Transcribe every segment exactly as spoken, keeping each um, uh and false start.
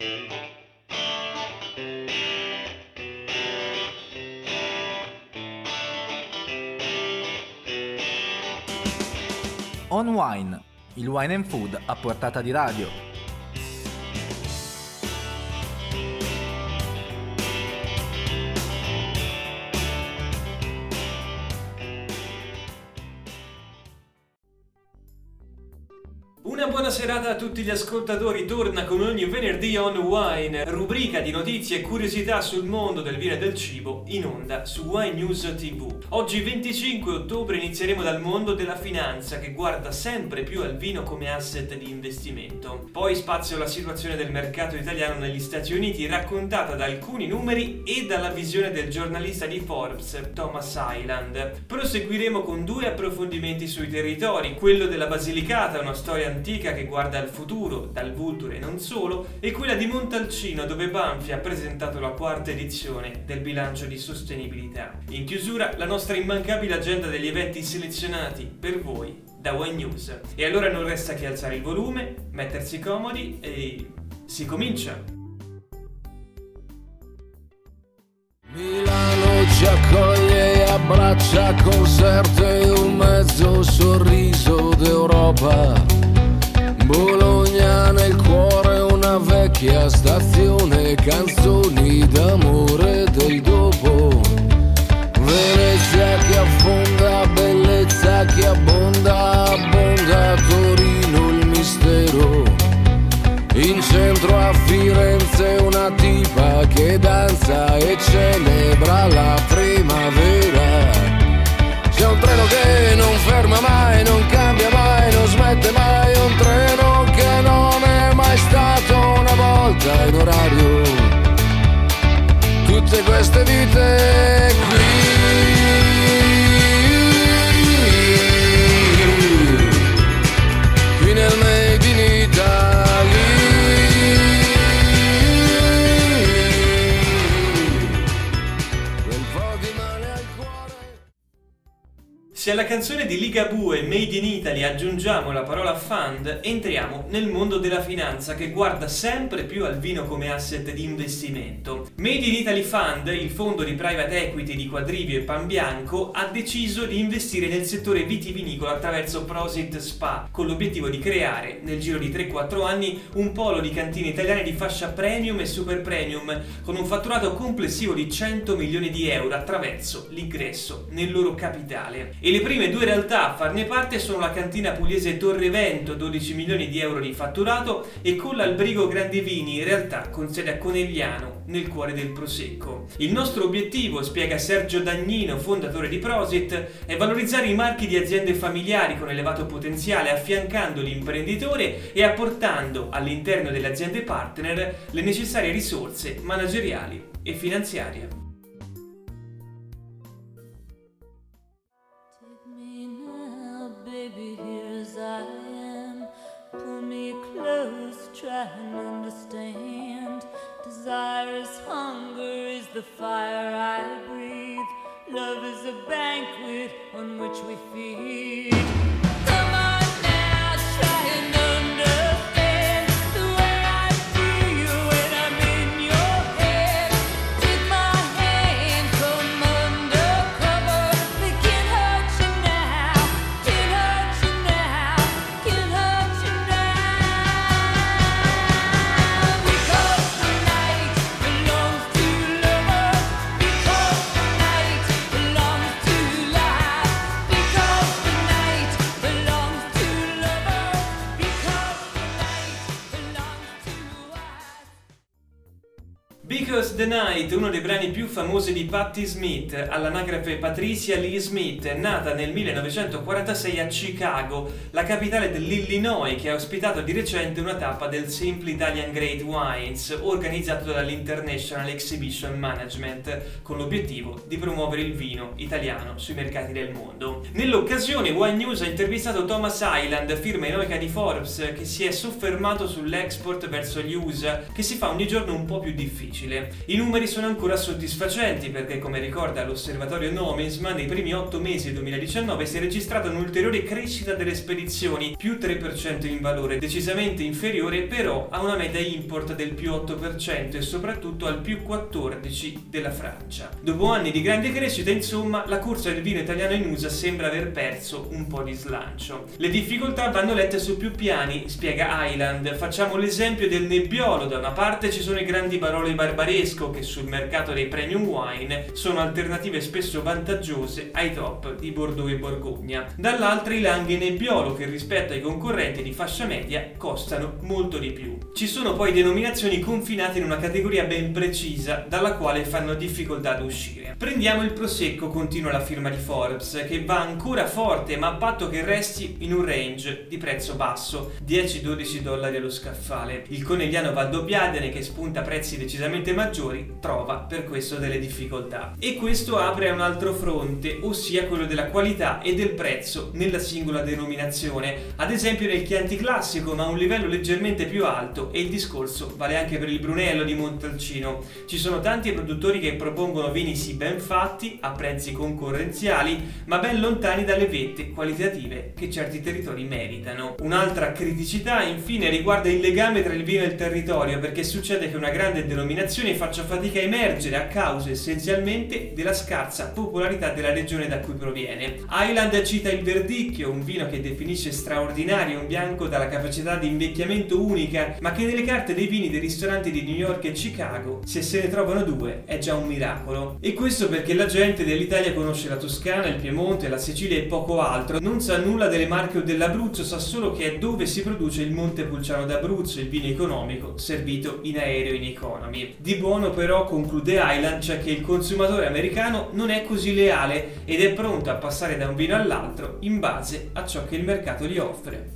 On Wine, il wine and food a portata di radio. Una buona serata a tutti gli ascoltatori, torna con ogni venerdì On Wine, rubrica di notizie e curiosità sul mondo del vino e del cibo, in onda su Wine News tivù. Oggi venticinque ottobre inizieremo dal mondo della finanza, che guarda sempre più al vino come asset di investimento. Poi spazio alla situazione del mercato italiano negli Stati Uniti, raccontata da alcuni numeri e dalla visione del giornalista di Forbes, Thomas Hyland. Proseguiremo con due approfondimenti sui territori, quello della Basilicata, una storia antica che guarda al futuro, dal Vulture e non solo, e quella di Montalcino, dove Banfi ha presentato la quarta edizione del bilancio di sostenibilità. In chiusura, la nostra immancabile agenda degli eventi selezionati per voi da Wine News. E allora non resta che alzare il volume, mettersi comodi e si comincia! Milano ci accoglie e abbraccia concerto e un mezzo sorriso d'Europa. Bologna nel cuore, una vecchia stazione, canzoni d'amore del dopo. Venezia che affonda, bellezza che abbonda, abbonda Torino il mistero. In centro a Firenze una tipa che danza e celebra la primavera. C'è un treno che non ferma mai, non cambia mai, non smette mai, un treno che non è mai stato una volta in orario. Tutte queste vite qui, qui nel Made in Italy. Quel po' di male al cuore. Se alla canzone di Ligabue Made in Italy aggiungiamo la parola fund, entriamo nel mondo della finanza che guarda sempre più al vino come asset di investimento. Made in Italy Fund, il fondo di private equity di Quadrivio e Panbianco, ha deciso di investire nel settore vitivinicolo attraverso Prosit Spa, con l'obiettivo di creare, nel giro di tre quattro anni, un polo di cantine italiane di fascia premium e super premium, con un fatturato complessivo di cento milioni di euro attraverso l'ingresso nel loro capitale. E le prime due realtà a farne parte sono la cantina pugliese Torrevento, dodici milioni di euro di fatturato, e con l'Albrigo Grandi Vini, realtà con sede a Conegliano, nel cuore del Prosecco. Il nostro obiettivo, spiega Sergio Dagnino, fondatore di Prosit, è valorizzare i marchi di aziende familiari con elevato potenziale, affiancando l'imprenditore e apportando all'interno delle aziende partner le necessarie risorse manageriali e finanziarie. Try and understand. Desire is hunger, is the fire I breathe. Love is a banquet on which we feed. Come on now, try and understand the way I feel when I'm in your head. Take my hand, come undercover. They can't hurt you now, can't hurt you now, can't hurt you now. Because the Night, uno dei brani più famosi di Patti Smith, all'anagrafe Patricia Lee Smith, nata nel millenovecentoquarantasei a Chicago, la capitale dell'Illinois, che ha ospitato di recente una tappa del Simple Italian Great Wines, organizzato dall'International Exhibition Management, con l'obiettivo di promuovere il vino italiano sui mercati del mondo. Nell'occasione, Wine News ha intervistato Thomas Hyland, firma eroica di Forbes, che si è soffermato sull'export verso gli U S A, che si fa ogni giorno un po' più difficile. difficile. I numeri sono ancora soddisfacenti perché, come ricorda l'osservatorio Nomisma, nei primi otto mesi del duemiladiciannove si è registrata un'ulteriore crescita delle spedizioni, più tre per cento in valore, decisamente inferiore però a una media import del più otto per cento e soprattutto al più quattordici per cento della Francia. Dopo anni di grande crescita, insomma, la corsa del vino italiano in U S A sembra aver perso un po' di slancio. Le difficoltà vanno lette su più piani, spiega Island. Facciamo l'esempio del Nebbiolo. Da una parte ci sono i grandi Barolo Barbaresco, che sul mercato dei premium wine sono alternative spesso vantaggiose ai top di Bordeaux e Borgogna. Dall'altra i Langhe e Nebbiolo, che rispetto ai concorrenti di fascia media costano molto di più. Ci sono poi denominazioni confinate in una categoria ben precisa, dalla quale fanno difficoltà ad uscire. Prendiamo il Prosecco, continua la firma di Forbes, che va ancora forte ma a patto che resti in un range di prezzo basso, dieci dodici dollari allo scaffale. Il Conegliano Valdobbiadene, che spunta prezzi decisamente maggiori, trova per questo delle difficoltà. E questo apre a un altro fronte, ossia quello della qualità e del prezzo nella singola denominazione. Ad esempio nel Chianti Classico, ma a un livello leggermente più alto, e il discorso vale anche per il Brunello di Montalcino. Ci sono tanti produttori che propongono vini sì ben fatti, a prezzi concorrenziali, ma ben lontani dalle vette qualitative che certi territori meritano. Un'altra criticità, infine, riguarda il legame tra il vino e il territorio, perché succede che una grande denominazione faccia fatica a emergere a causa essenzialmente della scarsa popolarità della regione da cui proviene. Island cita il Verdicchio, un vino che definisce straordinario un bianco dalla capacità di invecchiamento unica, ma che nelle carte dei vini dei ristoranti di New York e Chicago, se se ne trovano due, è già un miracolo. E questo perché la gente dell'Italia conosce la Toscana, il Piemonte, la Sicilia e poco altro, non sa nulla delle Marche o dell'Abruzzo, sa solo che è dove si produce il Montepulciano d'Abruzzo, il vino economico servito in aereo in economy. Di buono però, conclude Island, c'è che il consumatore americano non è così leale ed è pronto a passare da un vino all'altro in base a ciò che il mercato gli offre.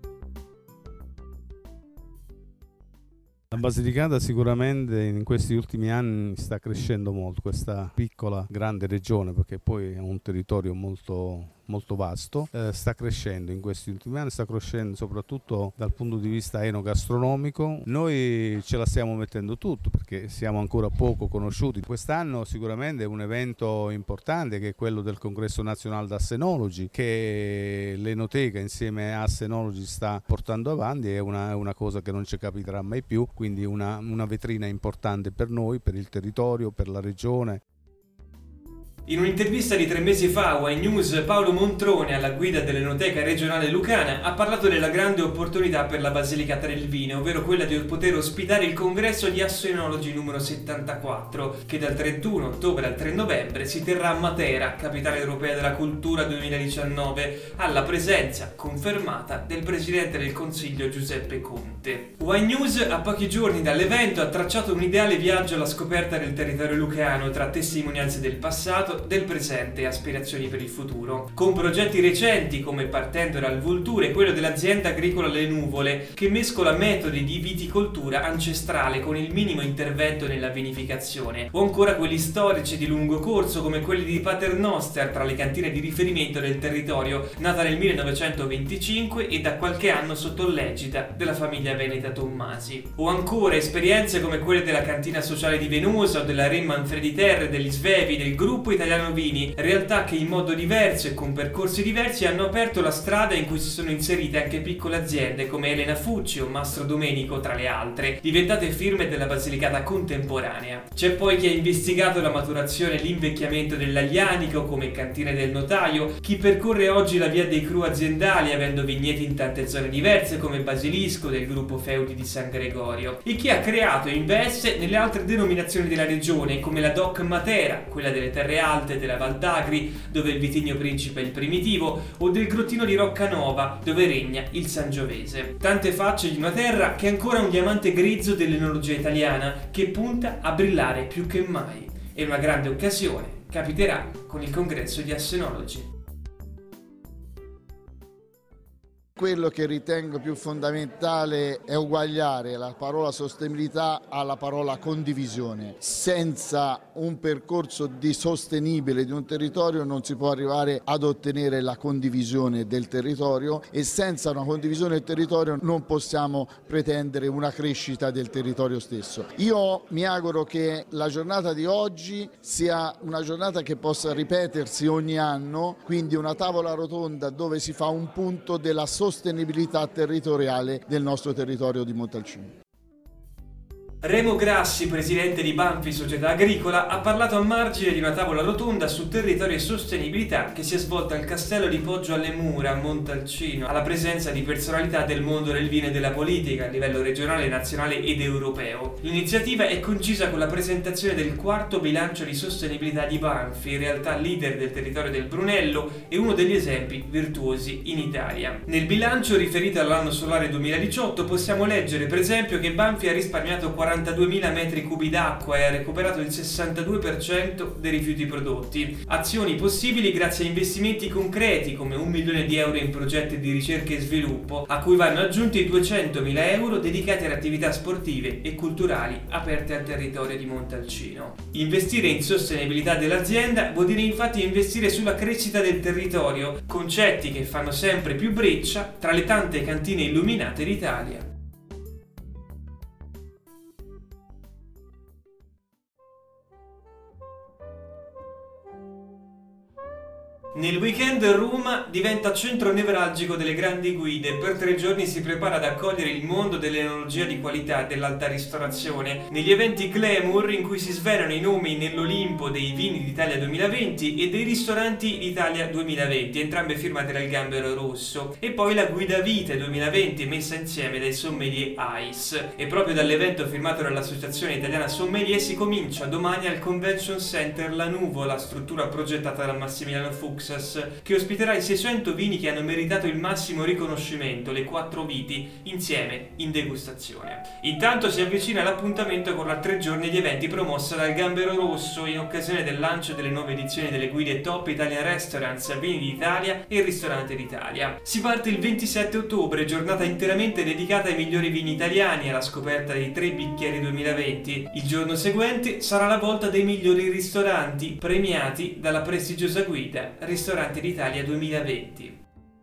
La Basilicata sicuramente in questi ultimi anni sta crescendo molto, questa piccola grande regione, perché poi è un territorio molto molto vasto, eh, sta crescendo in questi ultimi anni, sta crescendo soprattutto dal punto di vista enogastronomico. Noi ce la stiamo mettendo tutto perché siamo ancora poco conosciuti. Quest'anno sicuramente è un evento importante, che è quello del Congresso Nazionale d'Assenologi, che l'Enoteca insieme a Assenologi sta portando avanti. È una, è una cosa che non ci capiterà mai più, quindi una, una vetrina importante per noi, per il territorio, per la regione. In un'intervista di tre mesi fa a Wine News, Paolo Montrone, alla guida dell'Enoteca regionale lucana, ha parlato della grande opportunità per la Basilicata del Vino, ovvero quella di poter ospitare il congresso di Assenologi numero settantaquattro, che dal trentuno ottobre al tre novembre si terrà a Matera, capitale europea della cultura duemiladiciannove, alla presenza confermata del presidente del Consiglio Giuseppe Conte. Wine News, a pochi giorni dall'evento, ha tracciato un ideale viaggio alla scoperta del territorio lucano tra testimonianze del passato, del presente e aspirazioni per il futuro, con progetti recenti come, partendo dal Vulture, quello dell'azienda agricola Le Nuvole, che mescola metodi di viticoltura ancestrale con il minimo intervento nella vinificazione, o ancora quelli storici di lungo corso come quelli di Paternoster, tra le cantine di riferimento del territorio, nata nel millenovecentoventicinque e da qualche anno sotto l'egida della famiglia veneta Tommasi, o ancora esperienze come quelle della cantina sociale di Venosa o della Re Manfredi Terre, degli Svevi, del gruppo italiano Vini, realtà che in modo diverso e con percorsi diversi hanno aperto la strada in cui si sono inserite anche piccole aziende come Elena Fucci o Mastro Domenico, tra le altre, diventate firme della Basilicata contemporanea. C'è poi chi ha investigato la maturazione e l'invecchiamento dell'Aglianico come Cantine del Notaio, chi percorre oggi la via dei cru aziendali avendo vigneti in tante zone diverse come Basilisco del gruppo Feudi di San Gregorio, e chi ha creato e investe nelle altre denominazioni della regione come la Doc Matera, quella delle Terre Alte, della Val d'Agri, dove il vitigno principe è il primitivo, o del grottino di Roccanova, dove regna il Sangiovese. Tante facce di una terra che è ancora un diamante grezzo dell'enologia italiana, che punta a brillare più che mai. E una grande occasione capiterà con il congresso di Assenologi. Quello che ritengo più fondamentale è uguagliare la parola sostenibilità alla parola condivisione. Senza un percorso di sostenibile di un territorio non si può arrivare ad ottenere la condivisione del territorio, e senza una condivisione del territorio non possiamo pretendere una crescita del territorio stesso. Io mi auguro che la giornata di oggi sia una giornata che possa ripetersi ogni anno, quindi una tavola rotonda dove si fa un punto della sostenibilità sostenibilità territoriale del nostro territorio di Montalcino. Remo Grassi, presidente di Banfi Società Agricola, ha parlato a margine di una tavola rotonda su territorio e sostenibilità che si è svolta al Castello di Poggio alle Mura, a Montalcino, alla presenza di personalità del mondo del vino e della politica a livello regionale, nazionale ed europeo. L'iniziativa è concisa con la presentazione del quarto bilancio di sostenibilità di Banfi, in realtà leader del territorio del Brunello e uno degli esempi virtuosi in Italia. Nel bilancio riferito all'anno solare duemiladiciotto possiamo leggere per esempio che Banfi ha risparmiato quarantaduemila metri cubi d'acqua e ha recuperato il sessantadue per cento dei rifiuti prodotti. Azioni possibili grazie a investimenti concreti come un milione di euro in progetti di ricerca e sviluppo, a cui vanno aggiunti duecentomila euro dedicati alle attività sportive e culturali aperte al territorio di Montalcino. Investire in sostenibilità dell'azienda vuol dire infatti investire sulla crescita del territorio, concetti che fanno sempre più breccia tra le tante cantine illuminate d'Italia. Nel weekend Roma diventa centro nevralgico delle grandi guide. Per tre giorni si prepara ad accogliere il mondo dell'enologia di qualità e dell'alta ristorazione. Negli eventi Glamour, in cui si svelano i nomi nell'Olimpo dei vini d'Italia duemilaventi e dei ristoranti d'Italia duemilaventi, entrambe firmate dal Gambero Rosso. E poi la Guida Vite duemilaventi, messa insieme dai sommelier Ice. E proprio dall'evento firmato dall'Associazione Italiana Sommelier si comincia domani al Convention Center La Nuvola, struttura progettata da Massimiliano Fuchs, che ospiterà i seicento vini che hanno meritato il massimo riconoscimento, le quattro viti, insieme in degustazione. Intanto si avvicina l'appuntamento con la tre giorni di eventi promossa dal Gambero Rosso in occasione del lancio delle nuove edizioni delle guide Top Italian Restaurants, Vini d'Italia e Ristorante d'Italia. Si parte il ventisette ottobre, giornata interamente dedicata ai migliori vini italiani, alla scoperta dei tre bicchieri duemilaventi. Il giorno seguente sarà la volta dei migliori ristoranti, premiati dalla prestigiosa guida Ristorante d'Italia duemilaventi.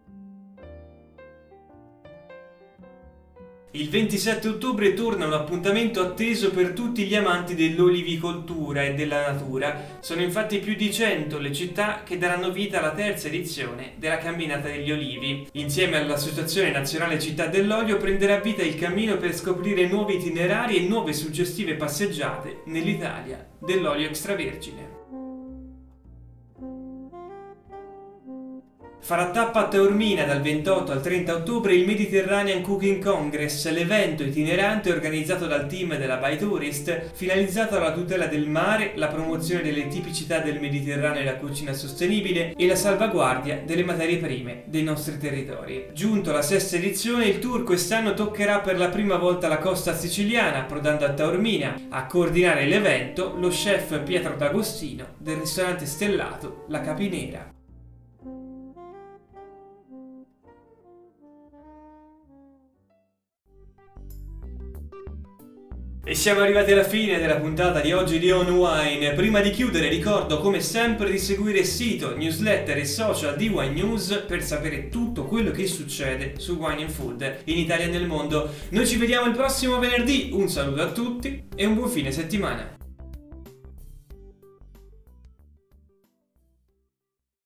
Il ventisette ottobre torna un appuntamento atteso per tutti gli amanti dell'olivicoltura e della natura. Sono infatti più di cento le città che daranno vita alla terza edizione della Camminata degli Olivi. Insieme all'Associazione Nazionale Città dell'Olio prenderà vita il cammino per scoprire nuovi itinerari e nuove suggestive passeggiate nell'Italia dell'olio extravergine. Farà tappa a Taormina dal ventotto al trenta ottobre il Mediterranean Cooking Congress, l'evento itinerante organizzato dal team della By Tourist, finalizzato alla tutela del mare, la promozione delle tipicità del Mediterraneo e la cucina sostenibile e la salvaguardia delle materie prime dei nostri territori. Giunto alla sesta edizione, il tour quest'anno toccherà per la prima volta la costa siciliana, approdando a Taormina. A coordinare l'evento lo chef Pietro D'Agostino del ristorante stellato La Capinera. E siamo arrivati alla fine della puntata di oggi di On Wine. Prima di chiudere ricordo come sempre di seguire il sito, newsletter e social di Wine News per sapere tutto quello che succede su Wine and Food in Italia e nel mondo. Noi ci vediamo il prossimo venerdì, un saluto a tutti e un buon fine settimana.